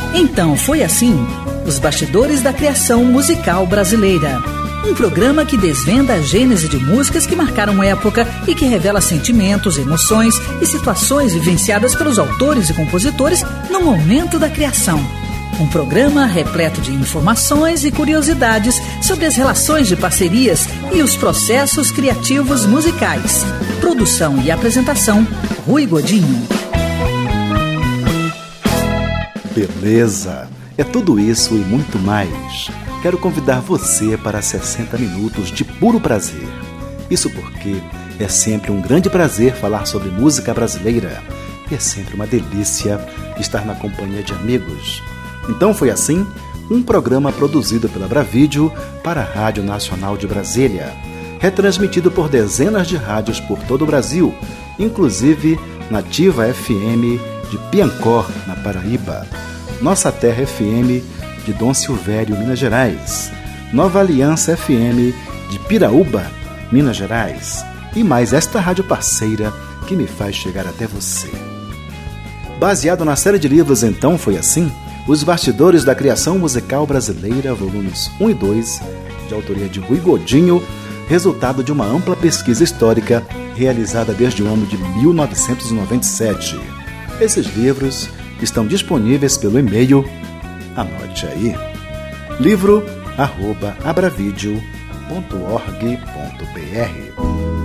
Então foi assim, os bastidores da criação musical brasileira. Um programa que desvenda a gênese de músicas que marcaram época e que revela sentimentos, emoções e situações vivenciadas pelos autores e compositores no momento da criação. Um programa repleto de informações e curiosidades sobre as relações de parcerias e os processos criativos musicais. Produção e apresentação, Rui Godinho. Beleza! É tudo isso e muito mais. Quero convidar você para 60 minutos de puro prazer. Isso porque é sempre um grande prazer falar sobre música brasileira. E é sempre uma delícia estar na companhia de amigos. Então foi assim, um programa produzido pela Bravídeo para a Rádio Nacional de Brasília, retransmitido por dezenas de rádios por todo o Brasil, inclusive Nativa FM de Piancó, na Paraíba, Nossa Terra FM de Dom Silvério, Minas Gerais, Nova Aliança FM de Piraúba, Minas Gerais, e mais esta rádio parceira que me faz chegar até você. Baseado na série de livros Então Foi Assim, Os Bastidores da Criação Musical Brasileira, volumes 1 e 2, de autoria de Rui Godinho, resultado de uma ampla pesquisa histórica realizada desde o ano de 1997. Esses livros estão disponíveis pelo e-mail, anote aí, livro@abravideo.org.br.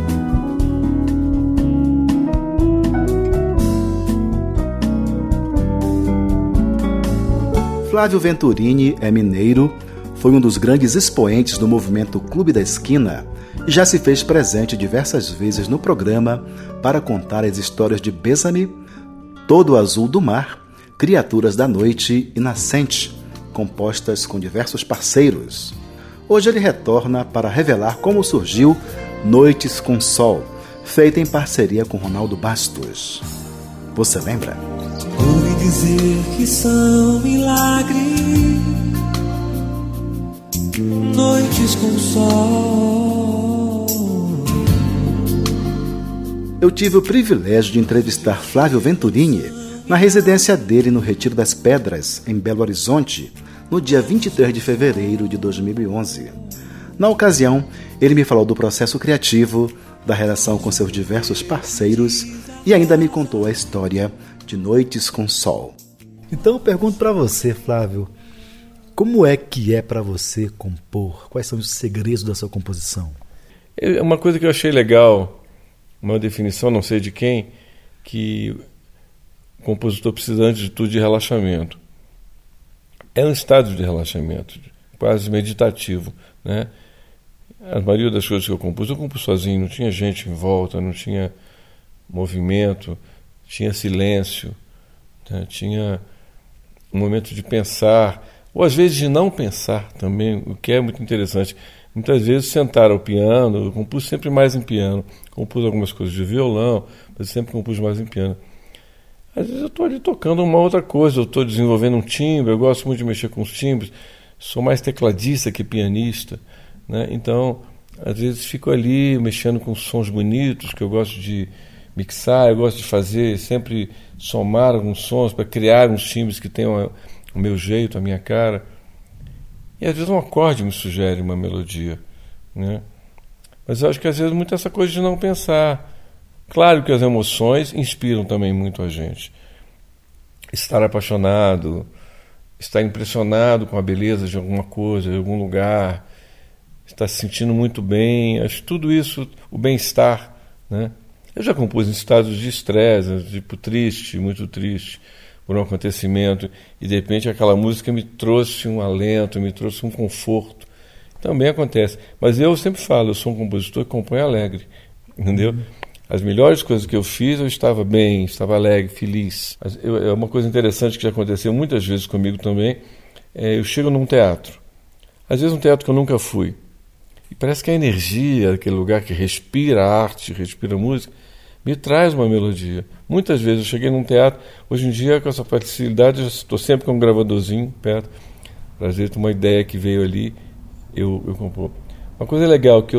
Flávio Venturini é mineiro, foi um dos grandes expoentes do movimento Clube da Esquina e já se fez presente diversas vezes no programa para contar as histórias de Bêsame, Todo Azul do Mar, Criaturas da Noite e Nascente, compostas com diversos parceiros. Hoje ele retorna para revelar como surgiu Noites com Sol, feita em parceria com Ronaldo Bastos. Você lembra? Ouvi dizer que são milagres, noites com sol. Eu tive o privilégio de entrevistar Flávio Venturini na residência dele no Retiro das Pedras, em Belo Horizonte, no dia 23 de fevereiro de 2011. Na ocasião, ele me falou do processo criativo, da relação com seus diversos parceiros e ainda me contou a história de Noites com Sol. Então eu pergunto para você, Flávio, como é que é para você compor? Quais são os segredos da sua composição? É uma coisa que eu achei legal, uma definição, não sei de quem, que o compositor precisa, antes de tudo, de relaxamento. É um estado de relaxamento, quase meditativo, né? A maioria das coisas que eu compus sozinho, não tinha gente em volta, não tinha movimento, tinha silêncio, né? Tinha um momento de pensar, ou às vezes de não pensar também, o que é muito interessante. Muitas vezes sentar ao piano, eu compus sempre mais em piano, compus algumas coisas de violão, mas sempre compus mais em piano. Às vezes eu estou ali tocando uma outra coisa, eu estou desenvolvendo um timbre, eu gosto muito de mexer com os timbres, sou mais tecladista que pianista, né? Então, às vezes fico ali mexendo com sons bonitos, que eu gosto de mixar, eu gosto de fazer, sempre somar alguns sons para criar uns timbres que tenham o meu jeito, a minha cara. E às vezes um acorde me sugere uma melodia, né? Mas eu acho que às vezes muito essa coisa de não pensar. Claro que as emoções inspiram também muito a gente. Estar apaixonado, estar impressionado com a beleza de alguma coisa, de algum lugar, estar se sentindo muito bem, acho que tudo isso, o bem-estar, né? Eu já compus em estados de estresse, tipo triste, muito triste, por um acontecimento, e de repente aquela música me trouxe um alento, me trouxe um conforto. Também acontece. Mas eu sempre falo, eu sou um compositor que compõe alegre, entendeu? As melhores coisas que eu fiz, eu estava bem, estava alegre, feliz. É uma coisa interessante que já aconteceu muitas vezes comigo também. Eu chego num teatro, às vezes um teatro que eu nunca fui, e parece que a energia, aquele lugar que respira arte, respira música, me traz uma melodia. Muitas vezes eu cheguei num teatro, hoje em dia com essa facilidade, eu estou sempre com um gravadorzinho perto, para às vezes uma ideia que veio ali, eu compor. Uma coisa legal que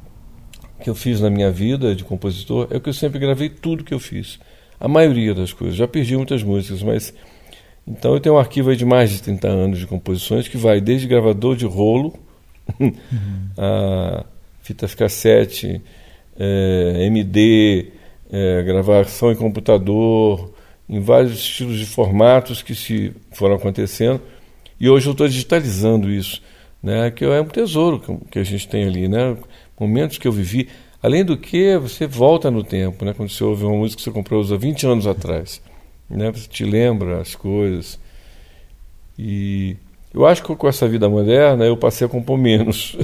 eu fiz na minha vida de compositor é que eu sempre gravei tudo que eu fiz. A maioria das coisas. Já perdi muitas músicas, mas Então eu tenho um arquivo aí de mais de 30 anos de composições, que vai desde gravador de rolo, a fitas cassete, MD, gravação em computador, em vários estilos de formatos que se foram acontecendo. E hoje eu estou digitalizando isso, né? Que é um tesouro que a gente tem ali, né? Momentos que eu vivi. Além do que, você volta no tempo, né? Quando você ouve uma música que você comprou há 20 anos atrás, né? Você te lembra as coisas. E eu acho que com essa vida moderna eu passei a compor menos.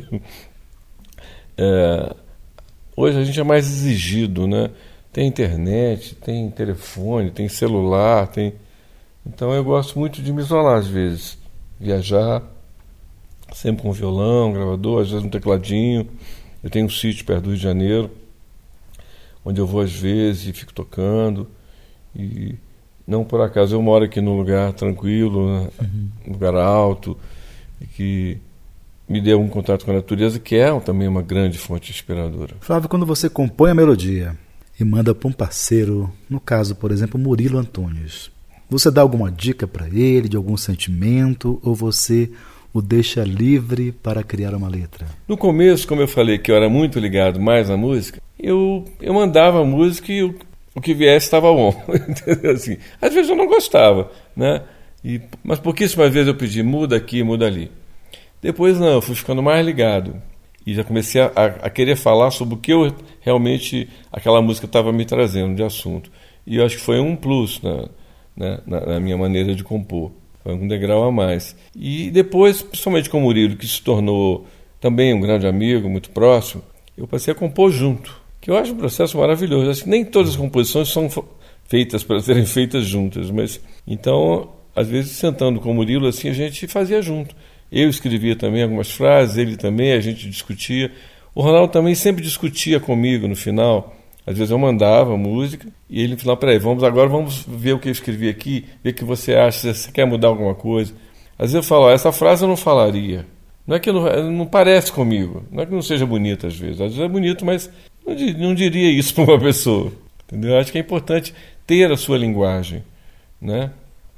Hoje a gente é mais exigido, né? Tem internet, tem telefone, tem celular, Então eu gosto muito de me isolar às vezes. Viajar, sempre com violão, gravador, às vezes um tecladinho. Eu tenho um sítio perto do Rio de Janeiro, onde eu vou às vezes e fico tocando. E não por acaso eu moro aqui num lugar tranquilo, né? Um lugar alto, e que me deu um contato com a natureza, que é também uma grande fonte inspiradora. Flávio, quando você compõe a melodia e manda para um parceiro, no caso, por exemplo, Murilo Antunes, você dá alguma dica para ele, de algum sentimento, ou você o deixa livre para criar uma letra? No começo, como eu falei que eu era muito ligado mais à música, eu mandava a música e o que viesse estava bom. Assim, às vezes eu não gostava, né? Mas pouquíssimas vezes eu pedi, muda aqui, muda ali. Depois não, eu fui ficando mais ligado e já comecei a querer falar sobre o que eu realmente, aquela música estava me trazendo de assunto. E eu acho que foi um plus na minha maneira de compor. Foi um degrau a mais. E depois, principalmente com o Murilo, que se tornou também um grande amigo, muito próximo, eu passei a compor junto, que eu acho um processo maravilhoso. Acho que nem todas as composições são feitas para serem feitas juntas, mas então, às vezes, sentando com o Murilo, assim, a gente fazia junto. Eu escrevia também algumas frases, ele também, a gente discutia. O Ronaldo também sempre discutia comigo no final. Às vezes eu mandava música e ele no final, peraí, vamos ver o que eu escrevi aqui, ver o que você acha, se você quer mudar alguma coisa. Às vezes eu falo, essa frase eu não falaria. Não é que não parece comigo, não é que não seja bonito às vezes é bonito, mas não diria isso para uma pessoa. Entendeu? Eu acho que é importante ter a sua linguagem, né?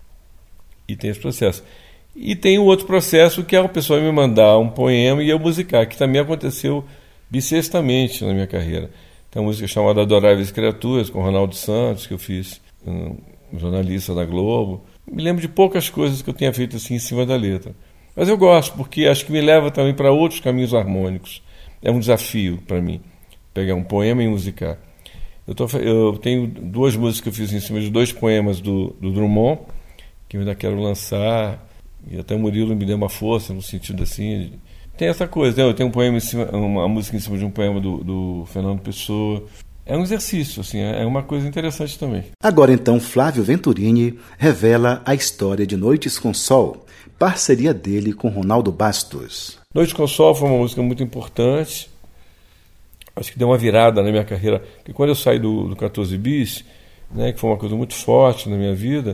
E tem esse processo. E tem o outro processo que é a pessoa me mandar um poema e eu musicar, que também aconteceu bissextamente na minha carreira. Tem uma música chamada Adoráveis Criaturas, com Ronaldo Santos, que eu fiz, um jornalista da Globo. Me lembro de poucas coisas que eu tenha feito assim em cima da letra. Mas eu gosto, porque acho que me leva também para outros caminhos harmônicos. É um desafio para mim, pegar um poema e musicar. Eu tenho 2 músicas que eu fiz em cima de 2 poemas do Drummond, que eu ainda quero lançar. E até o Murilo me deu uma força no sentido assim. Tem essa coisa, né? Eu tenho um poema uma música em cima de um poema do Fernando Pessoa. É um exercício, assim, é uma coisa interessante também. Agora então, Flávio Venturini revela a história de Noites com Sol, parceria dele com Ronaldo Bastos. Noites com Sol foi uma música muito importante. Acho que deu uma virada na minha carreira. Porque quando eu saí do 14 Bis, né, que foi uma coisa muito forte na minha vida,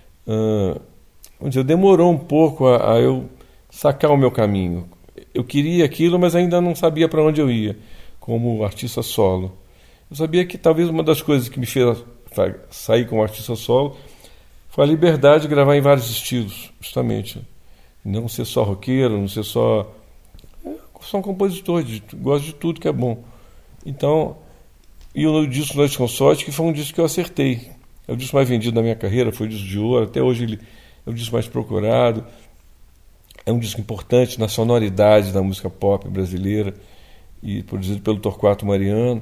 demorou um pouco a eu sacar o meu caminho. Eu queria aquilo, mas ainda não sabia para onde eu ia, como artista solo. Eu sabia que talvez uma das coisas que me fez sair como artista solo foi a liberdade de gravar em vários estilos, justamente. Não ser só roqueiro, não ser só... Sou um compositor, gosto de tudo que é bom. Então, e o disco Noites com Sol, que foi um disco que eu acertei. É o disco mais vendido da minha carreira, foi o disco de ouro, até hoje ele é o disco mais procurado. É um disco importante na sonoridade da música pop brasileira e produzido pelo Torquato Mariano.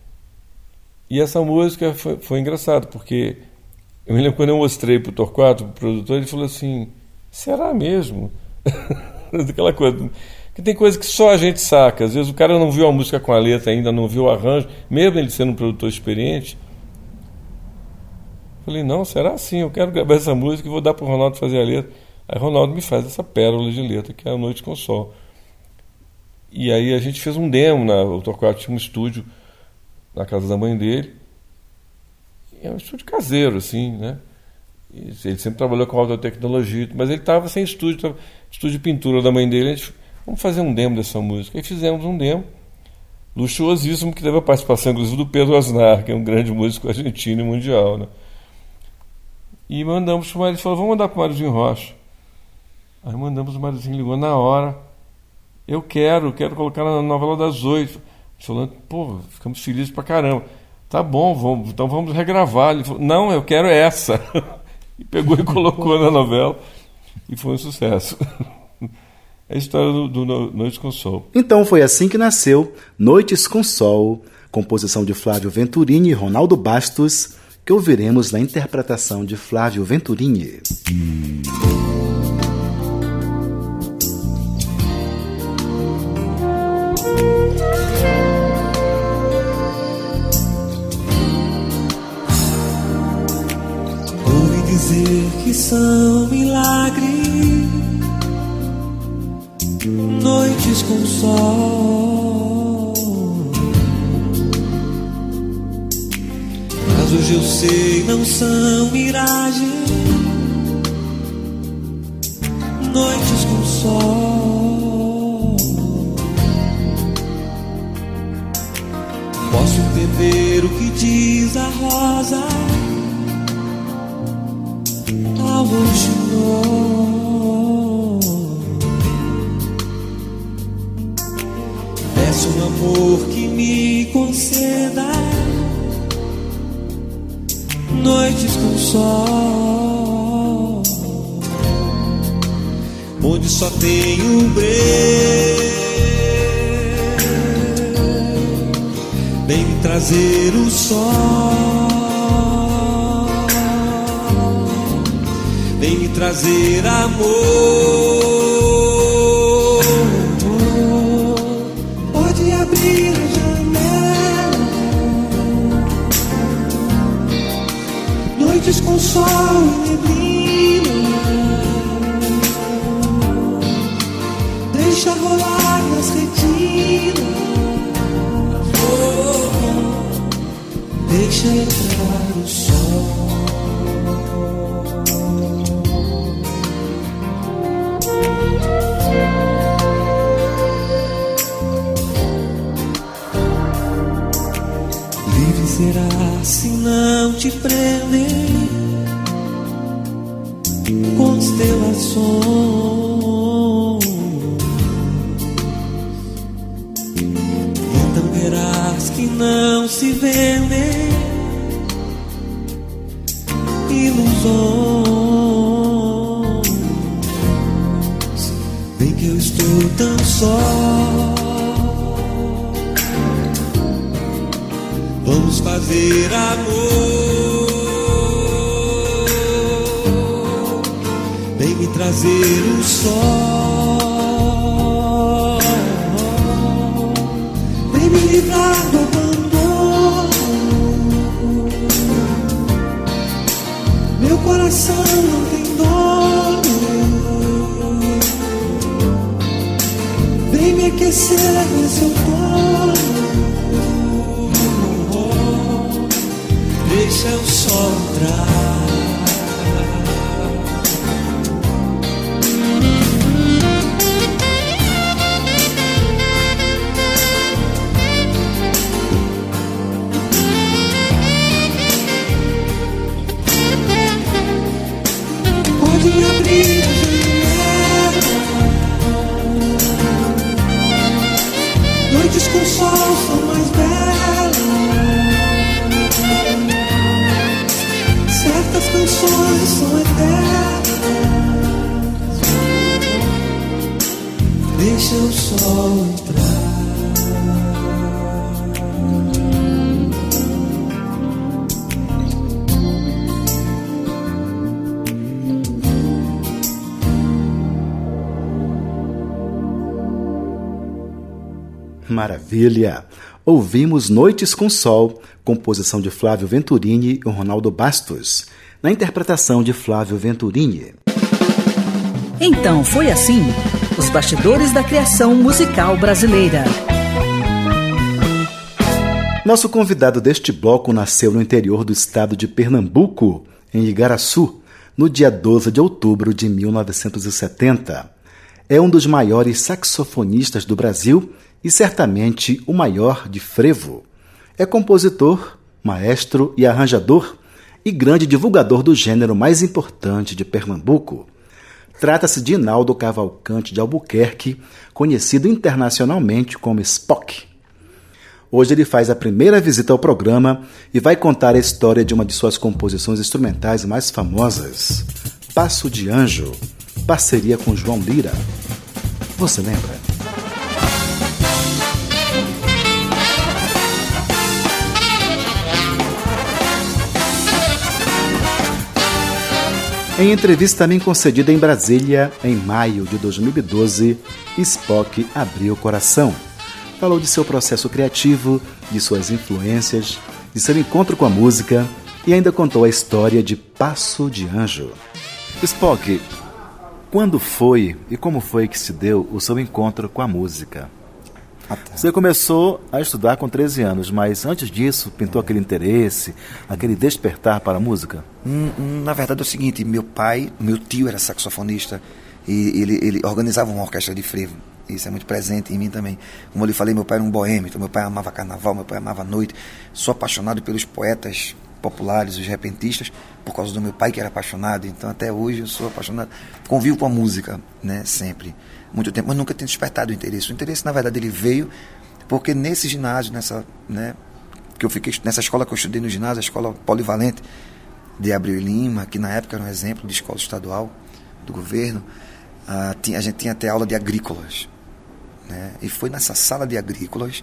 E essa música foi engraçado, porque eu me lembro quando eu mostrei para o Torquato, o produtor, ele falou assim, será mesmo? Aquela coisa, que tem coisa que só a gente saca. Às vezes o cara não viu a música com a letra ainda, não viu o arranjo, mesmo ele sendo um produtor experiente. Falei, não, será assim? Eu quero gravar essa música e vou dar para o Ronaldo fazer a letra. Aí o Ronaldo me faz essa pérola de letra, que é A Noite com Sol. E aí a gente fez um demo, o Torquato tinha um estúdio na casa da mãe dele. É um estúdio caseiro, assim, né? Ele sempre trabalhou com alta tecnologia, mas ele estava sem estúdio de pintura da mãe dele. A gente, vamos fazer um demo dessa música. Aí fizemos um demo luxuosíssimo, que teve a participação, inclusive, do Pedro Aznar, que é um grande músico argentino e mundial, né? E mandamos para o Máriozinho, falou, vamos mandar para o Máriozinho Rocha. Aí mandamos, o Máriozinho ligou na hora. Eu quero colocar na novela das 8. Falando, pô, ficamos felizes pra caramba. Tá bom, então vamos regravar. Ele falou, não, eu quero essa. E pegou e colocou na novela. E foi um sucesso. É a história do Noites com Sol. Então foi assim que nasceu Noites com Sol, composição de Flávio Venturini e Ronaldo Bastos, que ouviremos na interpretação de Flávio Venturini. Ouvi dizer que são milagres, noites com sol. Mas hoje eu sei, não são miragens, noites com sol. Posso entender o que diz a rosa ao roxinol. Peço um amor que me conceda noites com sol, onde só tenho breu. Vem me trazer o sol, vem me trazer amor. Pode abrir a janela, noites com sol e neblina. Deixa rolar nas retinas, deixa entrar o sol. Livre será se não te prender constelações. Então verás que não se vendem ilusões. Vem que eu estou tão só, vamos fazer amor. Vem me trazer o sol, vem me livrar do abandono. Meu coração não tem dono. Vem me aquecer nesse outono. Deixa o sol entrar. Pode abrir a janela, noites com sol são mais belas. Certas canções são eternas. Deixa o sol entrar. Maravilha! Ouvimos Noites com Sol, composição de Flávio Venturini e Ronaldo Bastos, na interpretação de Flávio Venturini. Então foi assim, os bastidores da criação musical brasileira. Nosso convidado deste bloco nasceu no interior do estado de Pernambuco, em Igaraçu, no dia 12 de outubro de 1970. É um dos maiores saxofonistas do Brasil e certamente o maior de frevo. É compositor, maestro e arranjador e grande divulgador do gênero mais importante de Pernambuco. Trata-se de Inaldo Cavalcante de Albuquerque, conhecido internacionalmente como Spock. Hoje ele faz a primeira visita ao programa e vai contar a história de uma de suas composições instrumentais mais famosas, Passo de Anjo, parceria com João Lira. Você lembra? Em entrevista também concedida em Brasília, em maio de 2012, Spock abriu o coração. Falou de seu processo criativo, de suas influências, de seu encontro com a música e ainda contou a história de Passo de Anjo. Spock, quando foi e como foi que se deu o seu encontro com a música? Você começou a estudar com 13 anos, mas antes disso pintou aquele interesse, aquele despertar para a música? Na verdade é o seguinte, meu tio era saxofonista e ele organizava uma orquestra de frevo. Isso é muito presente em mim também. Como eu lhe falei, meu pai era um boêmio, então meu pai amava carnaval, meu pai amava a noite. Sou apaixonado pelos poetas populares, os repentistas, por causa do meu pai que era apaixonado. Então até hoje eu sou apaixonado. Convivo com a música, né, sempre. Muito tempo, mas nunca tenho despertado o interesse. O interesse, na verdade, ele veio porque nesse ginásio, nessa escola que eu estudei no ginásio, a escola polivalente de Abreu e Lima, que na época era um exemplo de escola estadual do governo, a gente tinha até aula de agrícolas, né? E foi nessa sala de agrícolas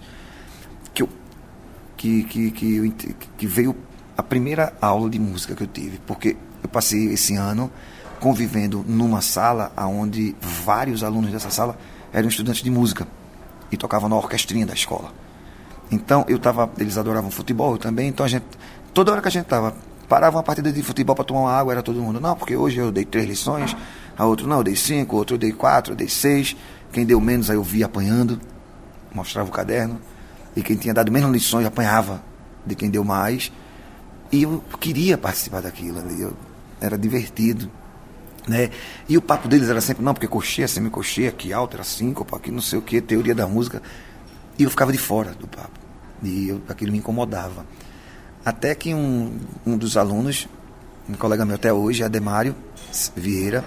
que veio a primeira aula de música que eu tive, porque eu passei esse ano convivendo numa sala onde vários alunos dessa sala eram estudantes de música e tocavam na orquestrinha da escola. Então eles adoravam futebol, eu também, então toda hora que a gente parava uma partida de futebol para tomar uma água, era todo mundo, não, porque hoje eu dei 3 lições, a outro não, eu dei 5, outro eu dei 4, eu dei 6, quem deu menos aí eu via apanhando, mostrava o caderno, e quem tinha dado menos lições apanhava de quem deu mais, e eu queria participar daquilo ali, era divertido, né? E o papo deles era sempre, não, porque cocheia, semicocheia, aqui alto era síncopa, aqui não sei o que, teoria da música, e eu ficava de fora do papo, e aquilo me incomodava. Até que um dos alunos, um colega meu até hoje, Ademário Vieira,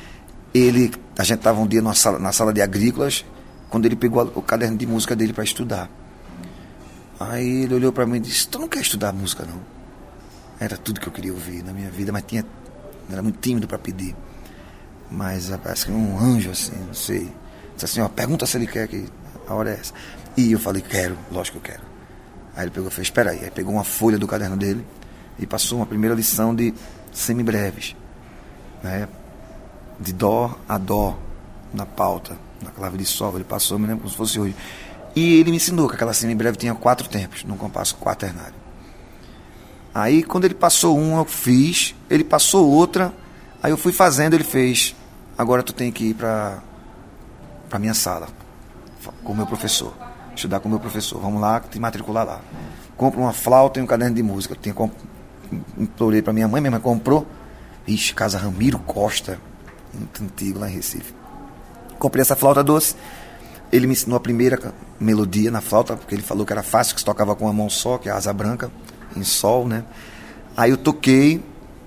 a gente estava um dia na sala de agrícolas, quando ele pegou o caderno de música dele para estudar. Aí ele olhou para mim e disse, tu não quer estudar música não? Era tudo que eu queria ouvir na minha vida, mas era muito tímido para pedir. Mas parece que um anjo assim, não sei. Disse assim, pergunta se ele quer, que a hora é essa. E eu falei, quero, lógico que eu quero. Aí ele pegou e fez, espera aí. Aí pegou uma folha do caderno dele e passou uma primeira lição de semibreves, né? De dó a dó, na pauta, na clave de sol. Ele passou, me lembro como se fosse hoje. E ele me ensinou que aquela semibreve tinha 4 tempos, num compasso quaternário. Aí quando ele passou uma, eu fiz, ele passou outra, aí eu fui fazendo, ele fez, agora tu tem que ir para minha sala, com o meu professor, estudar com o meu professor, vamos lá, te matricular lá. Compra uma flauta e um caderno de música. Implorei para minha mãe comprou, Casa Ramiro Costa, muito antigo lá em Recife. Comprei essa flauta doce, ele me ensinou a primeira melodia na flauta, porque ele falou que era fácil, que se tocava com uma mão só, que é a asa branca, em sol, né? Aí eu toquei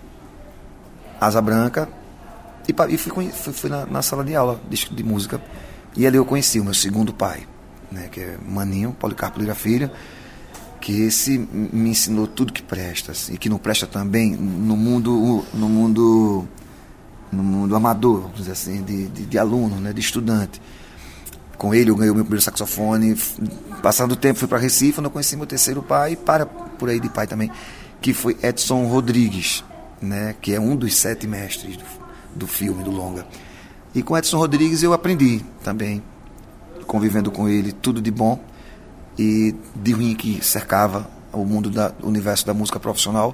asa branca e fui na sala de aula de música, e ali eu conheci o meu segundo pai, né, que é Maninho, Policarpo Lira Filho, que esse me ensinou tudo que presta, assim, e que não presta também no mundo amador, vamos dizer assim, de aluno, né, de estudante. Com ele eu ganhei o meu primeiro saxofone, passando o tempo fui para Recife, quando eu conheci meu terceiro pai, por aí de pai também, que foi Edson Rodrigues, né, que é um dos 7 mestres do filme, do longa. E com Edson Rodrigues eu aprendi também, convivendo com ele, tudo de bom e de ruim que cercava o universo da música profissional.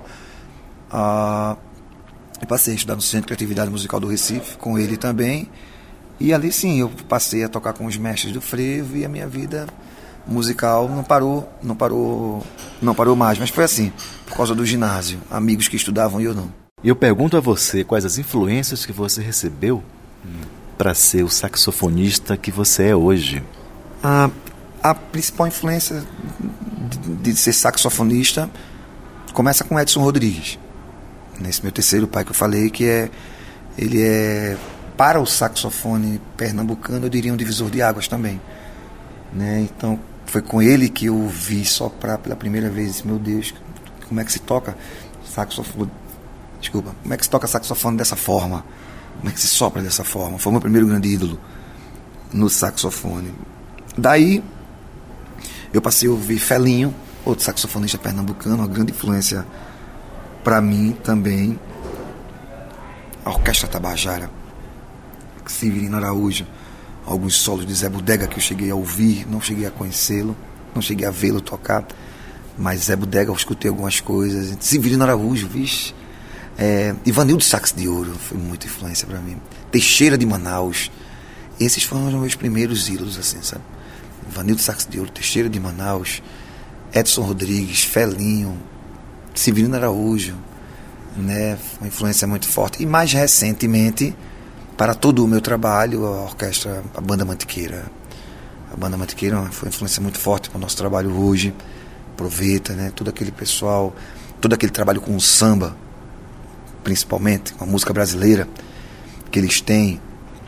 E passei a estudar no Centro de Criatividade Musical do Recife, com ele também. E ali sim, eu passei a tocar com os mestres do frevo e a minha vida musical não parou mais. Mas foi assim, por causa do ginásio, amigos que estudavam e eu não. Eu pergunto a você quais as influências que você recebeu para ser o saxofonista que você é hoje. A principal influência de ser saxofonista começa com Edson Rodrigues, Nesse meu terceiro pai que eu falei, ele é, para o saxofone pernambucano, eu diria um divisor de águas também, né? Então foi com ele que eu vi soprar pela primeira vez. Meu Deus, como é que se toca saxofone? Desculpa, como é que se toca saxofone dessa forma? Como é que se sopra dessa forma? Foi o meu primeiro grande ídolo no saxofone. Daí eu passei a ouvir Felinho, outro saxofonista pernambucano, uma grande influência para mim também. A Orquestra Tabajara, Severino Araújo, alguns solos de Zé Bodega que eu cheguei a ouvir, não cheguei a conhecê-lo, não cheguei a vê-lo tocar, mas Zé Bodega eu escutei algumas coisas. Severino Araújo, vixe. Ivanildo Sax de Ouro foi muita influência para mim. Teixeira de Manaus, esses foram os meus primeiros ídolos, assim, sabe? Ivanildo Sax de Ouro, Teixeira de Manaus, Edson Rodrigues, Felinho, Severino Araújo, né? Uma influência muito forte. E mais recentemente, para todo o meu trabalho, a Banda Mantiqueira. A Banda Mantiqueira foi uma influência muito forte para o nosso trabalho hoje. Aproveita, né? Todo aquele pessoal, todo aquele trabalho com o samba, principalmente com a música brasileira, que eles têm,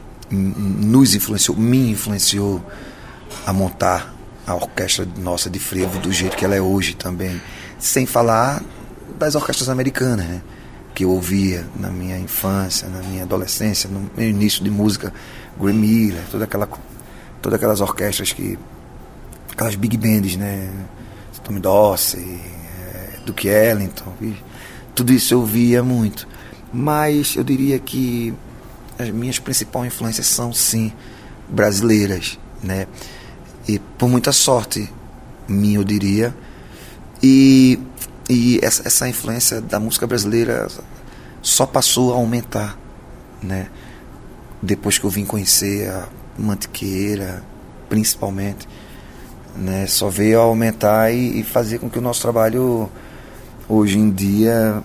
me influenciou a montar a orquestra nossa de frevo do jeito que ela é hoje também. Sem falar das orquestras americanas, né? Que eu ouvia na minha infância, na minha adolescência, no meu início de música, Glenn Miller, todas aquelas orquestras aquelas big bands, né? Tommy Dorsey, Duke Ellington, tudo isso eu ouvia muito. Mas eu diria que as minhas principais influências são, sim, brasileiras, né? E por muita sorte minha, eu diria. E essa influência da música brasileira só passou a aumentar, né? Depois que eu vim conhecer a Mantiqueira, principalmente, né? Só veio a aumentar e fazer com que o nosso trabalho hoje em dia,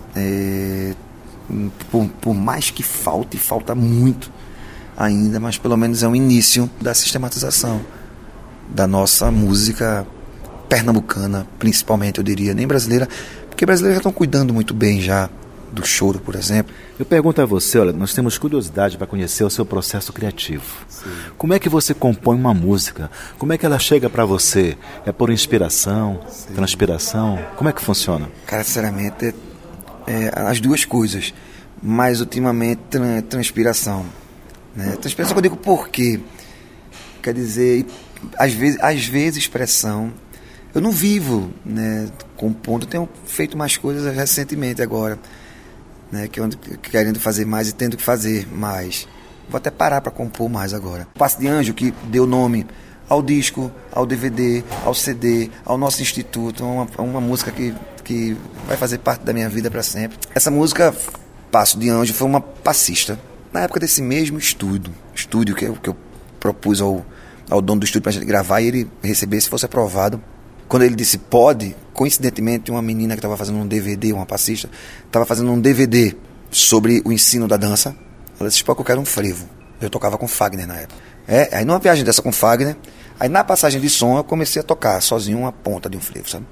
por mais que falta muito ainda, mas pelo menos é um início da sistematização da nossa música pernambucana, principalmente, eu diria, nem brasileira, porque brasileiros já estão cuidando muito bem já do choro, por exemplo. Eu pergunto a você, olha, nós temos curiosidade para conhecer o seu processo criativo. Sim. Como é que você compõe uma música? Como é que ela chega para você? É por inspiração, sim, transpiração? Como é que funciona? Cara, sinceramente, as duas coisas, mas ultimamente transpiração, né? Transpiração que eu digo por quê? Quer dizer, às vezes expressão. Eu não vivo, né, compondo, tenho feito mais coisas recentemente agora, né, que eu ando querendo fazer mais e tendo que fazer mais. Vou até parar para compor mais agora. Passe de Anjo, que deu nome ao disco, ao DVD, ao CD, ao nosso instituto, uma música que vai fazer parte da minha vida para sempre. Essa música, Passo de Anjo, foi uma passista. Na época desse mesmo estúdio que eu propus ao dono do estúdio para a gente gravar e ele receber, se fosse aprovado. Quando ele disse pode, coincidentemente uma menina que estava fazendo um DVD, uma passista, estava fazendo um DVD sobre o ensino da dança. Ela disse, pô, que eu quero um frevo. Eu tocava com Fagner na época. Aí numa viagem dessa com Fagner, aí na passagem de som eu comecei a tocar sozinho uma ponta de um frevo, sabe?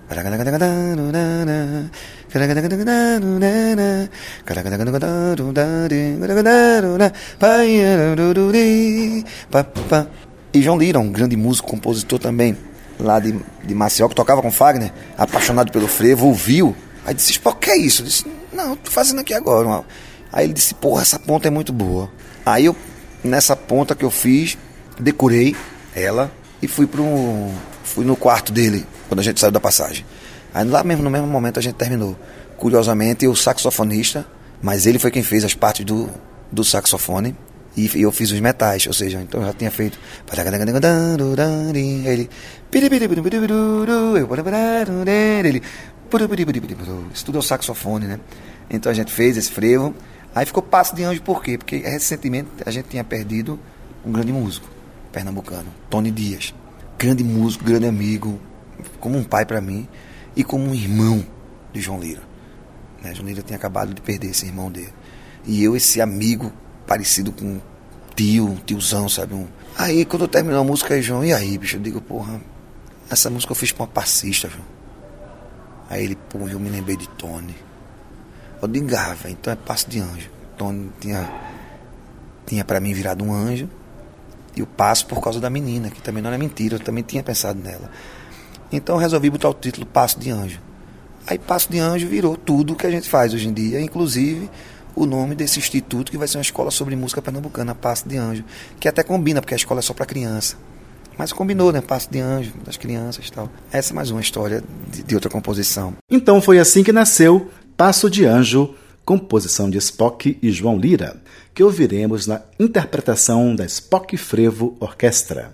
E João Lira, um grande músico, compositor também, lá de Maceió, que tocava com Fagner, apaixonado pelo frevo, ouviu, aí disse, pô, que é isso? Eu disse, não, tô fazendo aqui agora. Aí ele disse, porra, essa ponta é muito boa. Aí eu, nessa ponta que eu fiz, decorei ela e fui no quarto dele, quando a gente saiu da passagem. Aí lá mesmo, no mesmo momento a gente terminou. Curiosamente, o saxofonista, mas ele foi quem fez as partes do saxofone, e eu fiz os metais, ou seja, então eu já tinha feito. Ele. Isso tudo é o saxofone, né? Então a gente fez esse frevo. Aí ficou Passo de Anjo, por quê? Porque recentemente a gente tinha perdido um grande músico pernambucano, Tony Dias. Grande músico, grande amigo, como um pai para mim e como um irmão de João Lira. Né? João Lira tinha acabado de perder esse irmão dele. E eu, esse amigo parecido com um tiozão, sabe? Aí, quando eu terminou a música, aí, João, e aí, bicho? Eu digo, porra, essa música eu fiz pra uma passista, João. Aí ele, pô, eu me lembrei de Tony. Eu digo, velho, então é Passo de Anjo. Tony tinha para mim virado um anjo, e o Passo por causa da menina, que também não era mentira, eu também tinha pensado nela. Então eu resolvi botar o título Passo de Anjo. Aí Passo de Anjo virou tudo o que a gente faz hoje em dia, inclusive o nome desse instituto, que vai ser uma escola sobre música pernambucana, Passo de Anjo, que até combina, porque a escola é só para criança. Mas combinou, né? Passo de Anjo, das crianças e tal. Essa é mais uma história de outra composição. Então foi assim que nasceu Passo de Anjo, composição de Spock e João Lira, que ouviremos na interpretação da Spock Frevo Orquestra.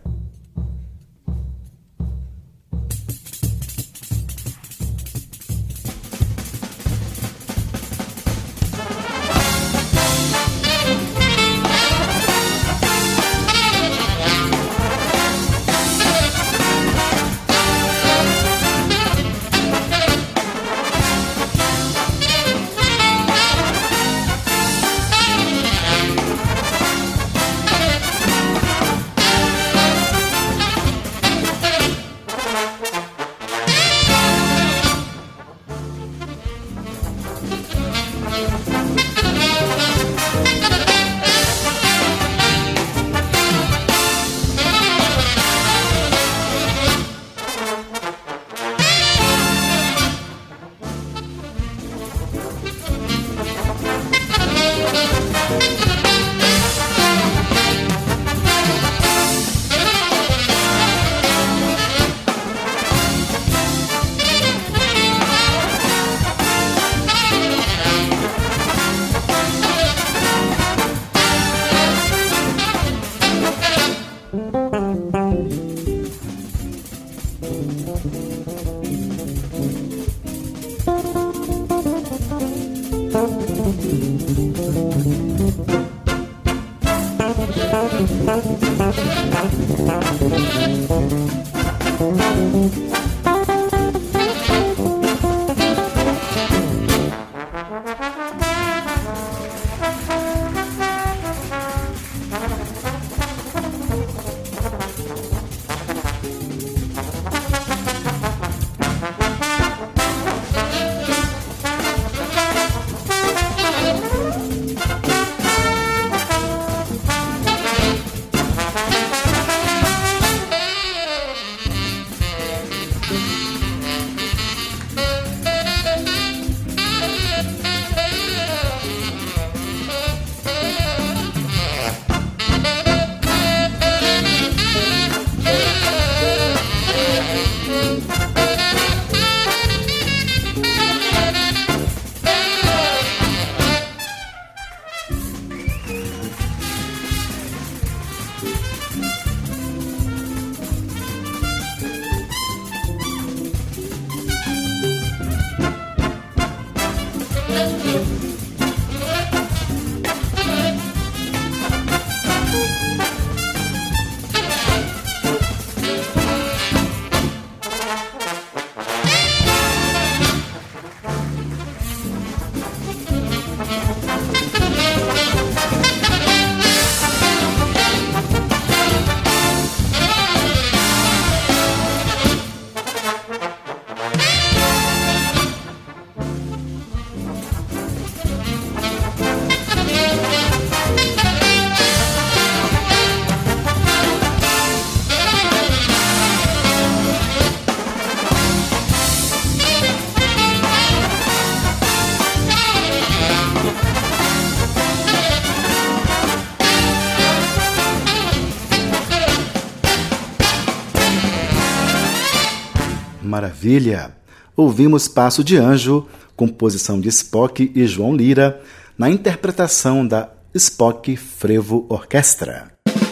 Maravilha! Ouvimos Passo de Anjo, composição de Spock e João Lira, na interpretação da Spock Frevo Orquestra.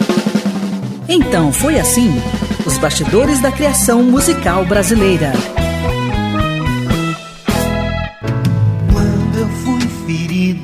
Então foi assim, os bastidores da criação musical brasileira. Quando eu fui ferido,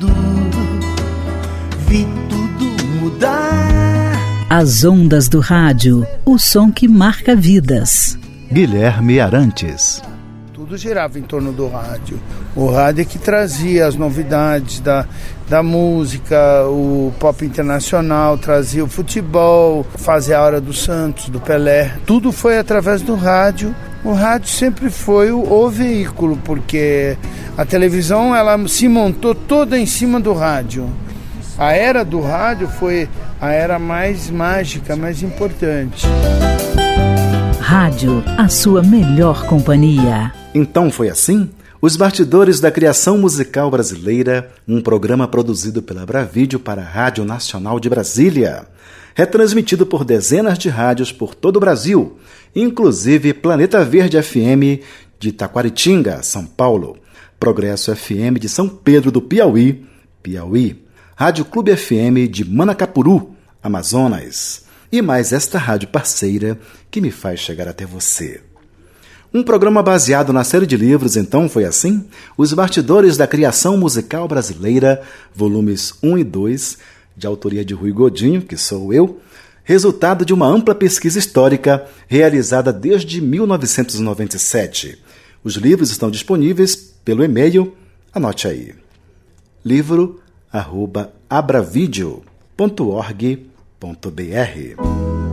vi tudo mudar. As ondas do rádio, o som que marca vidas. Guilherme Arantes. Tudo girava em torno do rádio. O rádio é que trazia as novidades da música, o pop internacional, trazia o futebol, fazia a Hora do Santos, do Pelé. Tudo foi através do rádio, O rádio sempre foi o veículo, porque a televisão ela se montou toda em cima do rádio. A era do rádio foi a era mais mágica, mais importante. Rádio, a sua melhor companhia. Então foi assim? Os Bastidores da Criação Musical Brasileira, um programa produzido pela Abravídeo para a Rádio Nacional de Brasília. Retransmitido por dezenas de rádios por todo o Brasil, inclusive Planeta Verde FM de Taquaritinga, São Paulo, Progresso FM de São Pedro do Piauí, Rádio Clube FM de Manacapuru, Amazonas, e mais esta rádio parceira que me faz chegar até você. Um programa baseado na série de livros Então Foi Assim? Os Bastidores da Criação Musical Brasileira, volumes 1 e 2, de autoria de Rui Godinho, que sou eu, resultado de uma ampla pesquisa histórica realizada desde 1997. Os livros estão disponíveis pelo e-mail, anote aí, livro@abravideo.org.br.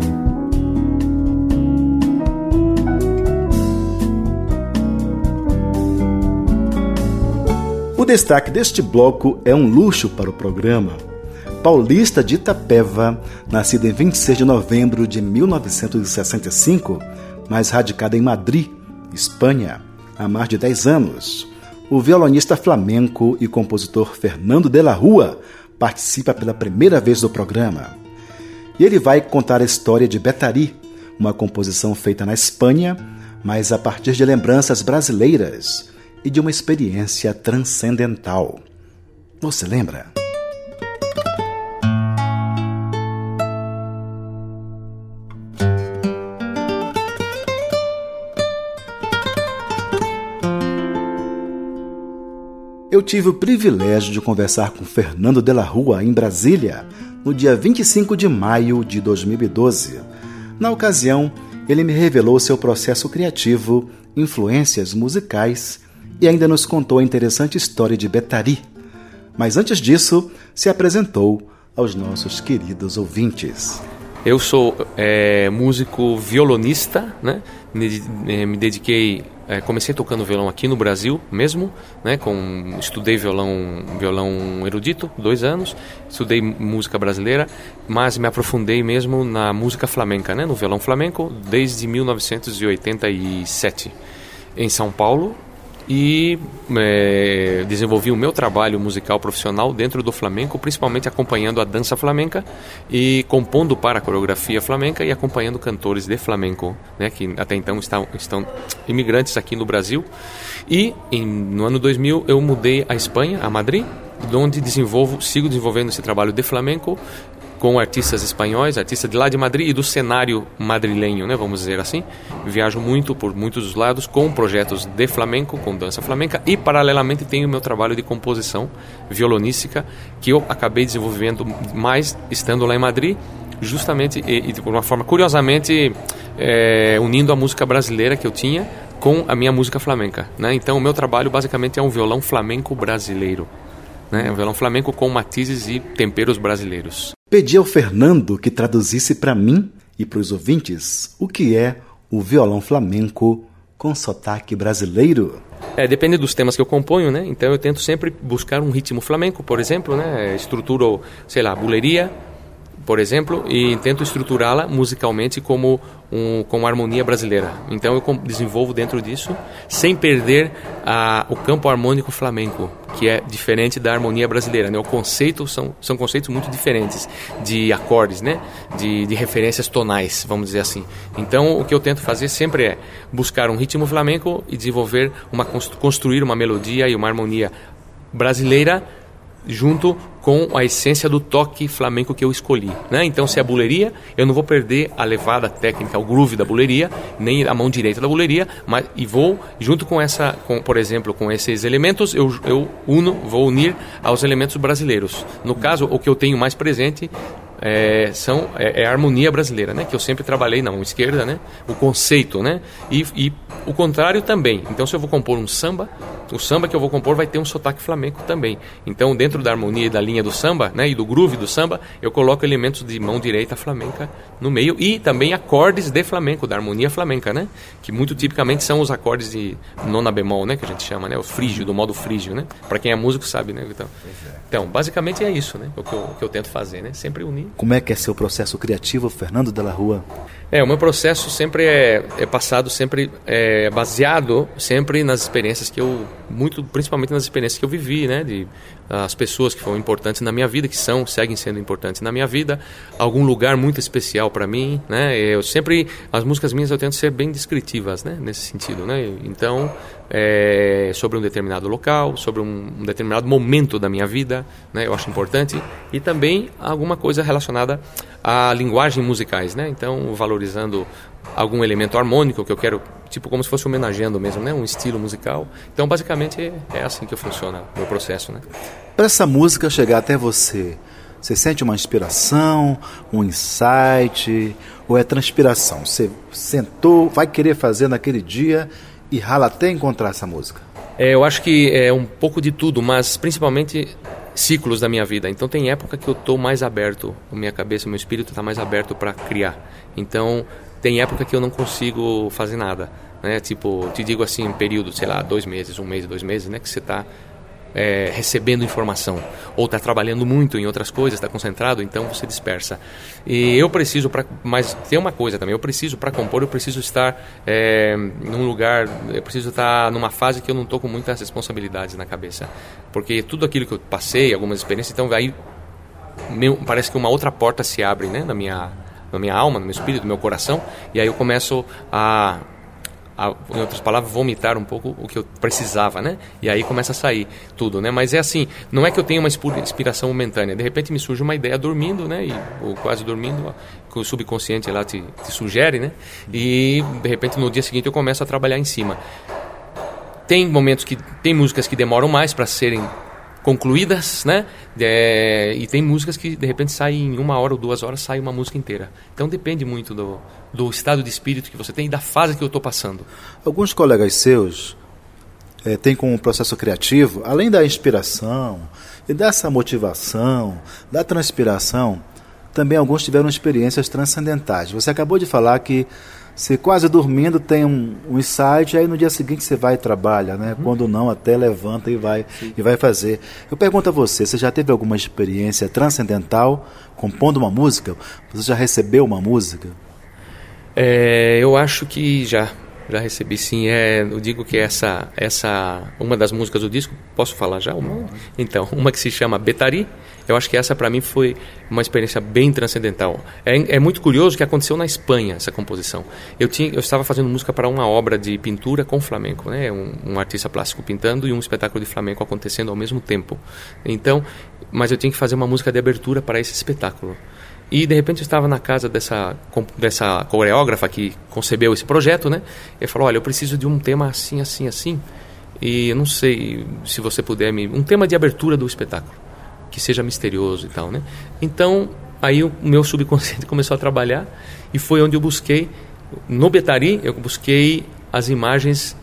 O destaque deste bloco é um luxo para o programa. Paulista de Itapeva, nascida em 26 de novembro de 1965, mas radicada em Madrid, Espanha, há mais de 10 anos. O violonista flamenco e compositor Fernando de la Rúa participa pela primeira vez do programa. E ele vai contar a história de Betari, uma composição feita na Espanha, mas a partir de lembranças brasileiras e de uma experiência transcendental. Você lembra? Eu tive o privilégio de conversar com Fernando de la Rúa em Brasília, no dia 25 de maio de 2012. Na ocasião, ele me revelou seu processo criativo, influências musicais e ainda nos contou a interessante história de Betari. Mas antes disso, se apresentou aos nossos queridos ouvintes. Eu sou músico violonista, né? Me dediquei, comecei tocando violão aqui no Brasil mesmo, né? Estudei violão erudito, 2 anos, estudei música brasileira, mas me aprofundei mesmo na música flamenca, né? No violão flamenco, desde 1987, em São Paulo. E desenvolvi o meu trabalho musical profissional dentro do flamenco, principalmente acompanhando a dança flamenca e compondo para a coreografia flamenca e acompanhando cantores de flamenco, né, que até então estão imigrantes aqui no Brasil. E no ano 2000 eu mudei à Espanha, a Madrid, onde sigo desenvolvendo esse trabalho de flamenco com artistas espanhóis, artistas de lá de Madrid e do cenário madrilenho, né, vamos dizer assim. Viajo muito por muitos dos lados com projetos de flamenco, com dança flamenca, e paralelamente tenho o meu trabalho de composição violonística, que eu acabei desenvolvendo mais estando lá em Madrid, justamente e de uma forma curiosamente unindo a música brasileira que eu tinha com a minha música flamenca, né? Então o meu trabalho basicamente é um violão flamenco brasileiro, né? Um violão flamenco com matizes e temperos brasileiros. Pedi ao Fernando que traduzisse para mim e para os ouvintes o que é o violão flamenco com sotaque brasileiro. Depende dos temas que eu componho, né? Então eu tento sempre buscar um ritmo flamenco, por exemplo, né? Estruturo, buleria, por exemplo, e tento estruturá-la musicalmente como harmonia brasileira. Então eu desenvolvo dentro disso, sem perder o campo harmônico flamenco, que é diferente da harmonia brasileira, né? O conceito são conceitos muito diferentes de acordes, né? De referências tonais, vamos dizer assim. Então o que eu tento fazer sempre é buscar um ritmo flamenco e desenvolver construir uma melodia e uma harmonia brasileira junto com a essência do toque flamenco que eu escolhi, né? Então, se é buleria, eu não vou perder a levada técnica, o groove da buleria, nem a mão direita da buleria, e vou, junto com por exemplo, com esses elementos, vou unir aos elementos brasileiros. No caso, o que eu tenho mais presente é a harmonia brasileira, né? Que eu sempre trabalhei na mão esquerda, né? O conceito, né? E o contrário também. Então, se eu vou compor um samba, o samba que eu vou compor vai ter um sotaque flamenco também. Então, dentro da harmonia e da linha do samba, né? E do groove do samba, eu coloco elementos de mão direita flamenca no meio e também acordes de flamenco, da harmonia flamenca, né? Que muito tipicamente são os acordes de nona bemol, né? Que a gente chama, né? O frígio, do modo frígio, né? Para quem é músico sabe, né? Então, basicamente é isso, né? O que eu tento fazer, né? Sempre unir. Como é que é seu processo criativo, Fernando de la Rua? O meu processo sempre é passado, sempre baseado sempre nas experiências que eu, principalmente nas experiências que eu vivi, né? As pessoas que foram importantes na minha vida, que seguem sendo importantes na minha vida, algum lugar muito especial para mim, né? As músicas minhas eu tento ser bem descritivas, né? Nesse sentido, né? Então, sobre um determinado local, sobre um determinado momento da minha vida, né? Eu acho importante, e também alguma coisa relacionada a linguagem musicais, né? Então, valorizando algum elemento harmônico que eu quero, tipo como se fosse homenageando mesmo, né? Um estilo musical. Então, basicamente, é assim que funciona o meu processo, né? Para essa música chegar até você sente uma inspiração, um insight, ou é transpiração? Você sentou, vai querer fazer naquele dia e rala até encontrar essa música? Eu acho que é um pouco de tudo, mas principalmente ciclos da minha vida. Então tem época que eu estou mais aberto, a minha cabeça, o meu espírito está mais aberto para criar. Então tem época que eu não consigo fazer nada, né? Tipo, te digo assim, um período, sei lá, 2 meses, 1 mês, 2 meses, né? Que você está recebendo informação, ou está trabalhando muito em outras coisas, está concentrado, então você dispersa. E eu preciso, mas tem uma coisa também, eu preciso para compor, eu preciso estar num lugar, eu preciso estar numa fase que eu não estou com muitas responsabilidades na cabeça, porque tudo aquilo que eu passei, algumas experiências, então aí parece que uma outra porta se abre, né, na minha alma, no meu espírito, no meu coração, e aí eu começo em outras palavras, vomitar um pouco o que eu precisava, né? E aí começa a sair tudo, né? Mas é assim, não é que eu tenha uma inspiração momentânea. De repente me surge uma ideia dormindo, né? Ou quase dormindo, que o subconsciente lá te sugere, né? E de repente no dia seguinte eu começo a trabalhar em cima. Tem músicas que demoram mais para serem concluídas, né? E tem músicas que de repente saem em 1 hora ou 2 horas, sai uma música inteira. Então depende muito do estado de espírito que você tem e da fase que eu estou passando. Alguns colegas seus têm como processo criativo, além da inspiração e dessa motivação, da transpiração, também alguns tiveram experiências transcendentais. Você acabou de falar que você quase dormindo tem um insight, aí no dia seguinte você vai e trabalha, né? Quando não, até levanta e vai fazer. Eu pergunto a você já teve alguma experiência transcendental compondo uma música? Você já recebeu uma música? Eu acho que já recebi, sim. Eu digo que essa uma das músicas do disco, posso falar já? Então, uma que se chama Betari. Eu acho que essa para mim foi uma experiência bem transcendental. É muito curioso que aconteceu na Espanha essa composição. Eu estava fazendo música para uma obra de pintura com flamenco, né? Um artista plástico pintando e um espetáculo de flamenco acontecendo ao mesmo tempo. Então, mas eu tinha que fazer uma música de abertura para esse espetáculo. E de repente eu estava na casa dessa coreógrafa que concebeu esse projeto, né? Ele falou: olha, eu preciso de um tema assim, assim, assim. E eu não sei se você puder um tema de abertura do espetáculo, que seja misterioso e tal, né? Então, aí o meu subconsciente começou a trabalhar e foi onde eu busquei, no Betari, eu busquei as imagens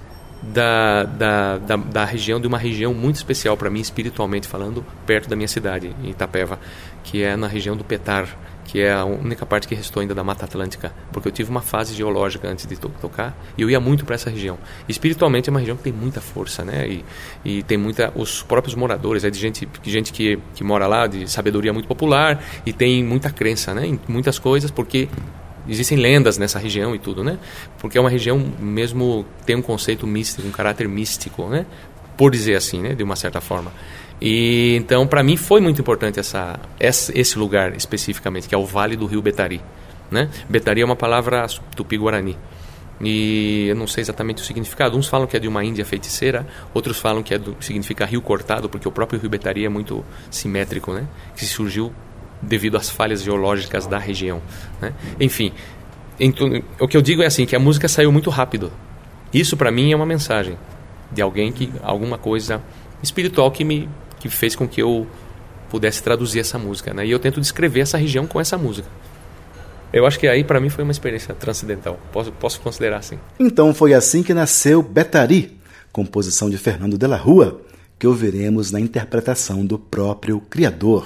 da região, de uma região muito especial para mim, espiritualmente falando, perto da minha cidade, em Itapeva, que é na região do Petar, que é a única parte que restou ainda da Mata Atlântica, porque eu tive uma fase geológica antes de tocar, e eu ia muito para essa região. Espiritualmente é uma região que tem muita força, né? E tem os próprios moradores, de gente que mora lá, de sabedoria muito popular, e tem muita crença, né? Em muitas coisas, porque existem lendas nessa região e tudo, né? Porque é uma região mesmo, tem um conceito místico, um caráter místico, né? Por dizer assim, né? De uma certa forma. E então, para mim, foi muito importante esse lugar especificamente, que é o Vale do Rio Betari, né? Betari é uma palavra tupi-guarani. E eu não sei exatamente o significado. Uns falam que é de uma Índia feiticeira, outros falam que significa rio cortado, porque o próprio Rio Betari é muito simétrico, né? Que surgiu devido às falhas geológicas da região, né? Enfim, o que eu digo é assim, que a música saiu muito rápido. Isso para mim é uma mensagem de alguém alguma coisa espiritual que fez com que eu pudesse traduzir essa música, né? E eu tento descrever essa região com essa música. Eu acho que aí para mim foi uma experiência transcendental, posso considerar assim. Então foi assim que nasceu Betari, composição de Fernando de la Rua, que ouviremos na interpretação do próprio criador.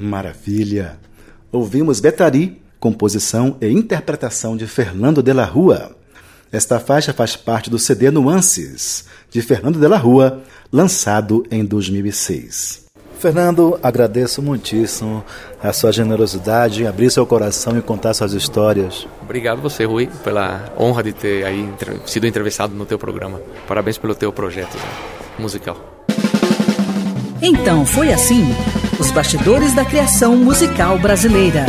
Maravilha! Ouvimos Betari, composição e interpretação de Fernando de la Rua. Esta faixa faz parte do CD Nuances, de Fernando de la Rua, lançado em 2006. Fernando, agradeço muitíssimo a sua generosidade em abrir seu coração e contar suas histórias. Obrigado você, Rui, pela honra de ter aí sido entrevistado no teu programa. Parabéns pelo teu projeto musical. Então foi assim, os bastidores da criação musical brasileira.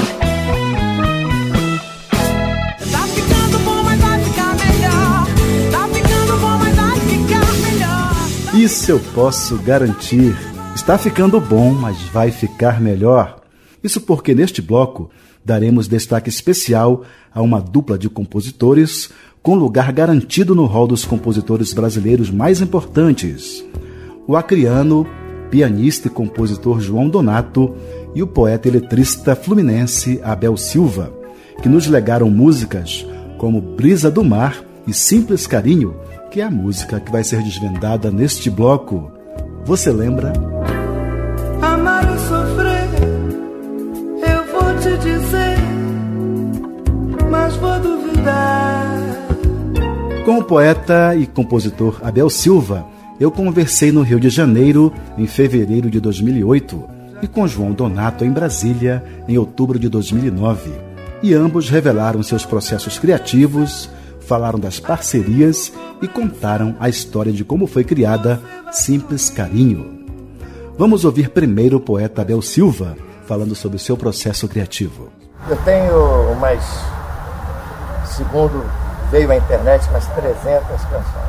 Tá ficando bom, mas vai ficar melhor. Tá ficando bom, mas vai ficar melhor. Isso eu posso garantir. Está ficando bom, mas vai ficar melhor. Isso porque neste bloco daremos destaque especial a uma dupla de compositores com lugar garantido no rol dos compositores brasileiros mais importantes. O acriano, pianista e compositor João Donato e o poeta e letrista fluminense Abel Silva, que nos legaram músicas como Brisa do Mar e Simples Carinho, que é a música que vai ser desvendada neste bloco. Você lembra? Amar e sofrer, eu vou te dizer, mas vou duvidar. Com o poeta e compositor Abel Silva, eu conversei no Rio de Janeiro em fevereiro de 2008 e com João Donato em Brasília em outubro de 2009. E ambos revelaram seus processos criativos, falaram das parcerias e contaram a história de como foi criada Simples Carinho. Vamos ouvir primeiro o poeta Abel Silva falando sobre o seu processo criativo. Eu tenho umas, segundo veio a internet, umas 300 canções.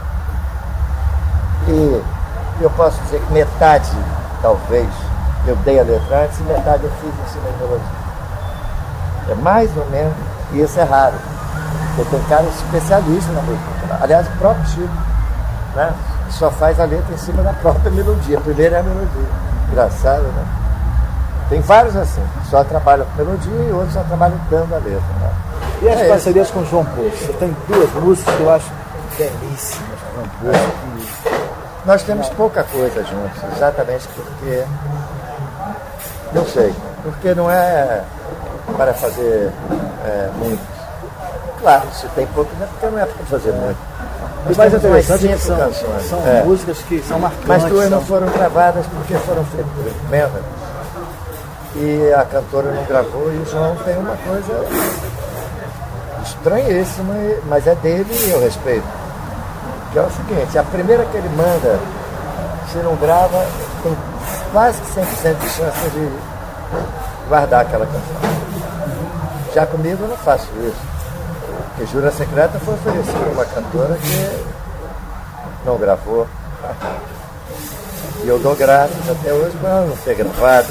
E eu posso dizer que metade, talvez, eu dei a letra antes e metade eu fiz em cima de melodia. É mais ou menos, e isso é raro. Porque tem cara especialista na música. Aliás, o próprio Chico, né, só faz a letra em cima da própria melodia. Primeiro é a melodia. Engraçado, né? Tem vários assim, só trabalham com melodia e outros só trabalham dando a letra. Né? E as parcerias com o João Poço? Você tem duas músicas que eu acho belíssimas com o João Poço. Nós temos pouca coisa juntos, exatamente porque, não sei, porque não é para fazer muito. Claro, se tem pouco, não é porque não é para fazer muito. O mais interessante é que são músicas que são marcantes. Mas duas não foram gravadas porque foram feitas por encomenda. E a cantora não gravou e o João tem uma coisa estranhíssima, mas é dele e eu respeito. Que é o seguinte, a primeira que ele manda, se não grava, tem quase que 100% de chance de guardar aquela canção. Já comigo eu não faço isso. Porque Jura Secreta foi oferecida a uma cantora que não gravou. E eu dou graças até hoje para ela não ter gravado.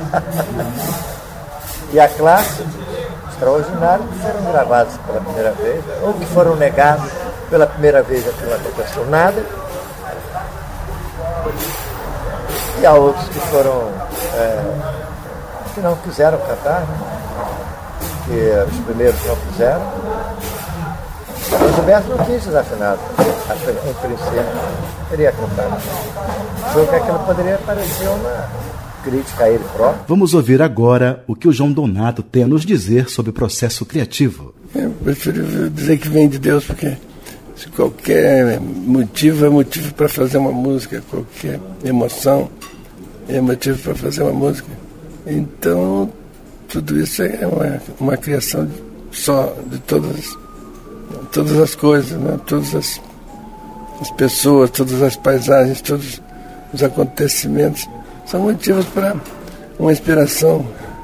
E a classe, extraordinário, que foram gravados pela primeira vez, ou que foram negados pela primeira vez, aqui não aconteceu nada. E há outros que foram, que não quiseram cantar, né? Que os primeiros não quiseram. Mas o Gilberto não quis desafinado, em princípio, queria cantar. Só que aquilo poderia parecer uma crítica a ele próprio. Vamos ouvir agora o que o João Donato tem a nos dizer sobre o processo criativo. Eu prefiro dizer que vem de Deus, porque se qualquer motivo é motivo para fazer uma música, qualquer emoção é motivo para fazer uma música. Então, tudo isso é uma criação só de todas as coisas, né? Todas as pessoas, todas as paisagens, todos os acontecimentos são motivos para uma inspiração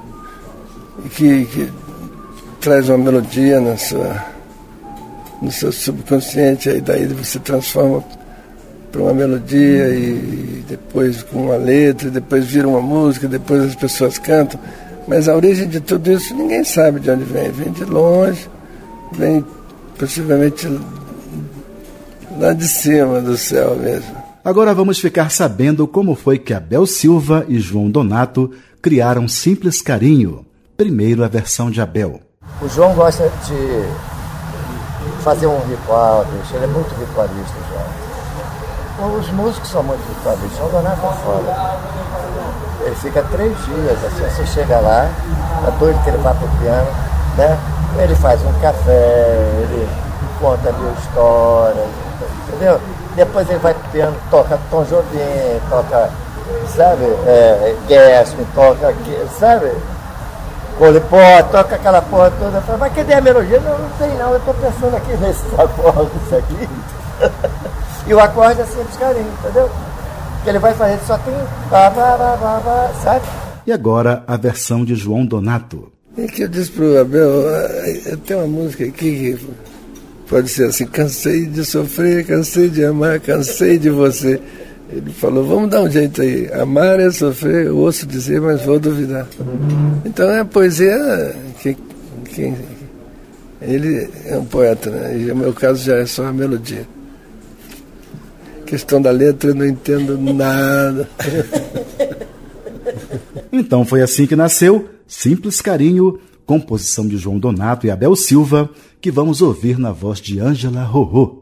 que traz uma melodia no seu subconsciente, e daí você transforma para uma melodia e depois com uma letra, depois vira uma música, depois as pessoas cantam. Mas a origem de tudo isso ninguém sabe de onde vem. Vem de longe, vem possivelmente lá de cima do céu mesmo. Agora vamos ficar sabendo como foi que Abel Silva e João Donato criaram Simples Carinho. Primeiro a versão de Abel. O João gosta de fazer um ritual, ele é muito ritualista, João. Os músicos são muito ritualistas, o Donato é fora. Ele fica 3 dias, assim, você chega lá, tá doido que ele vá pro piano, né? Ele faz um café, ele conta 1000 histórias, entendeu? Depois ele vai pro piano, toca Tom Jobim, toca, sabe, Gershwin, toca, sabe, Cole Porter, toca aquela porra toda. Fala, mas cadê a melodia? Não tem não, eu tô pensando aqui nesse acorde, isso aqui. E o acorde é simples carinho, entendeu? Que ele vai fazer, só tem sabe? E agora a versão de João Donato. É que eu disse pro Abel, tem uma música aqui que pode ser assim: cansei de sofrer, cansei de amar, cansei de você. Ele falou, vamos dar um jeito aí, amar é sofrer, eu ouço dizer, mas vou duvidar. Então é a poesia que ele é um poeta, né? E o meu caso já é só a melodia. Questão da letra eu não entendo nada. Então foi assim que nasceu Simples Carinho, composição de João Donato e Abel Silva, que vamos ouvir na voz de Ângela Rorô.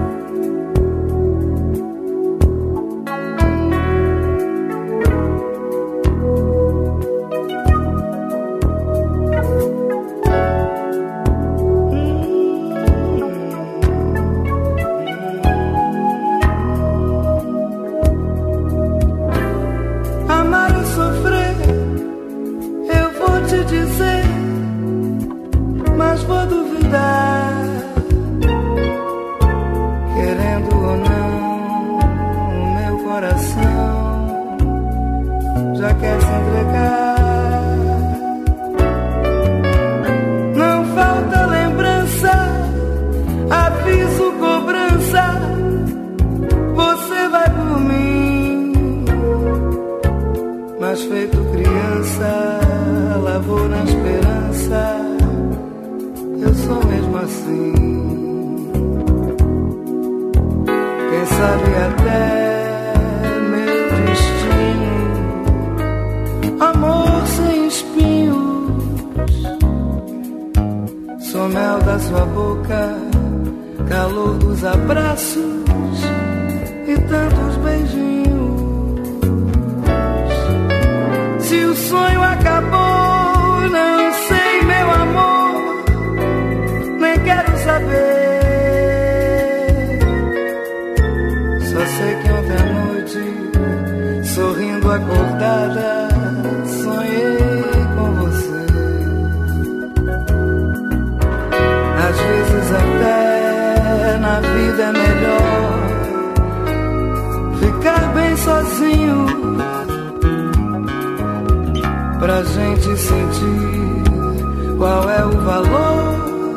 Pra gente sentir qual é o valor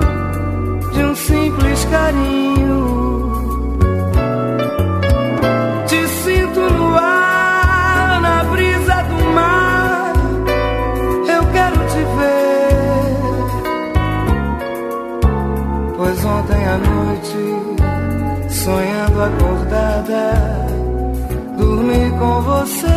de um simples carinho. Te sinto no ar, na brisa do mar, eu quero te ver. Pois ontem à noite, sonhando acordada, dormi com você.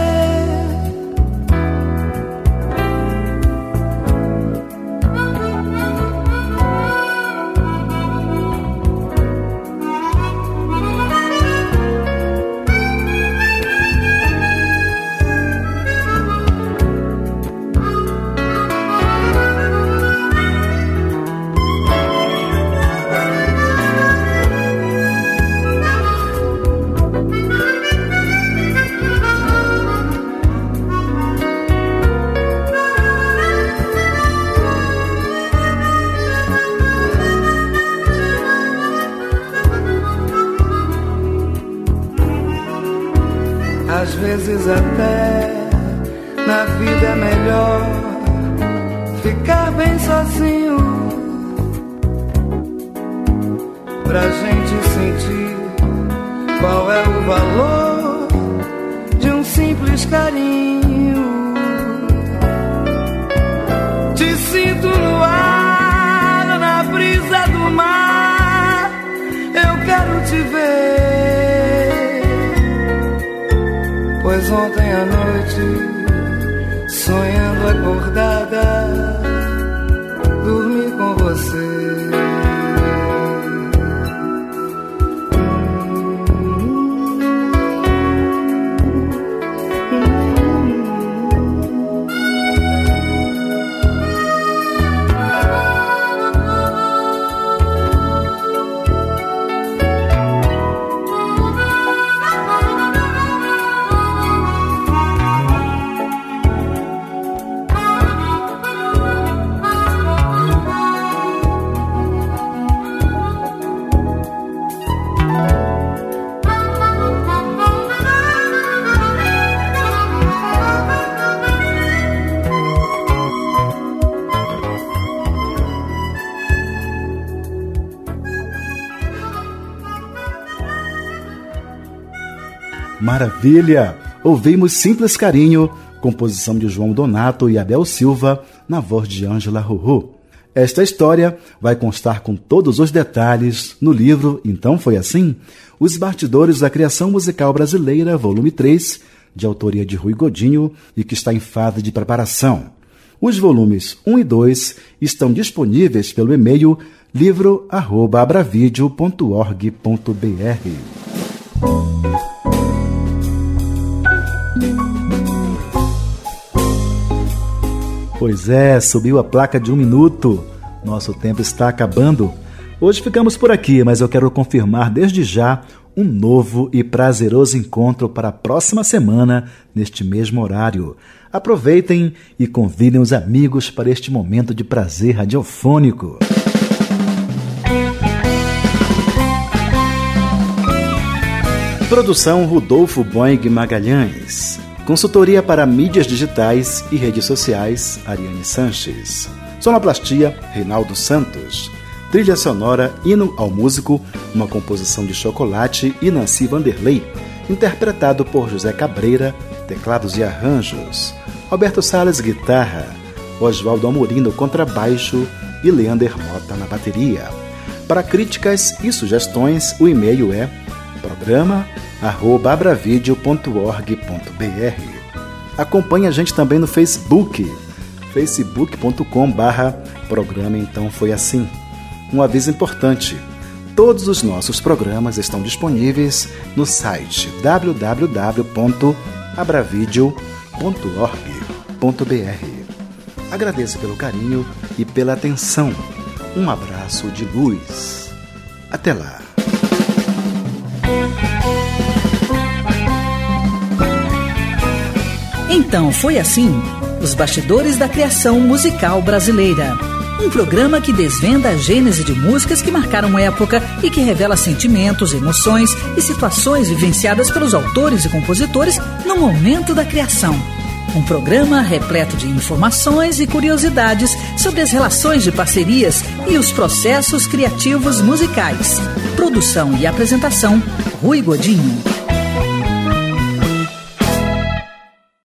Às vezes até na vida é melhor ficar bem sozinho, pra gente sentir qual é o valor de um simples carinho. Te sinto no ar, na brisa do mar, eu quero te ver. Pois ontem à noite, sonhando acordada, dormi com você. Maravilha! Ouvimos Simples Carinho, composição de João Donato e Abel Silva, na voz de Ângela Rorô. Esta história vai constar com todos os detalhes no livro Então Foi Assim, Os Bastidores da Criação Musical Brasileira, volume 3, de autoria de Rui Godinho e que está em fase de preparação. Os volumes 1 e 2 estão disponíveis pelo e-mail livro@abravideo.org.br. Pois é, subiu a placa de 1 minuto. Nosso tempo está acabando. Hoje ficamos por aqui, mas eu quero confirmar desde já um novo e prazeroso encontro para a próxima semana, neste mesmo horário. Aproveitem e convidem os amigos para este momento de prazer radiofônico. Produção Rodolfo Boing Magalhães. Consultoria para mídias digitais e redes sociais, Ariane Sanches. Sonoplastia, Reinaldo Santos. Trilha sonora, Hino ao Músico, uma composição de Chocolate e Nancy Vanderlei, interpretado por José Cabreira, teclados e arranjos. Alberto Salles, guitarra. Oswaldo Amorim no contrabaixo e Leander Mota na bateria. Para críticas e sugestões, o e-mail é programa@abravideo.org.br. Acompanhe a gente também no Facebook, facebook.com/programa Então Foi Assim. Um aviso importante: todos os nossos programas estão disponíveis no site www.abravideo.org.br. Agradeço pelo carinho e pela atenção. Um abraço de luz. Até lá. Então Foi Assim, os bastidores da criação musical brasileira. Um programa que desvenda a gênese de músicas que marcaram época e que revela sentimentos, emoções e situações vivenciadas pelos autores e compositores no momento da criação. Um programa repleto de informações e curiosidades sobre as relações de parcerias e os processos criativos musicais. Produção e apresentação, Rui Godinho.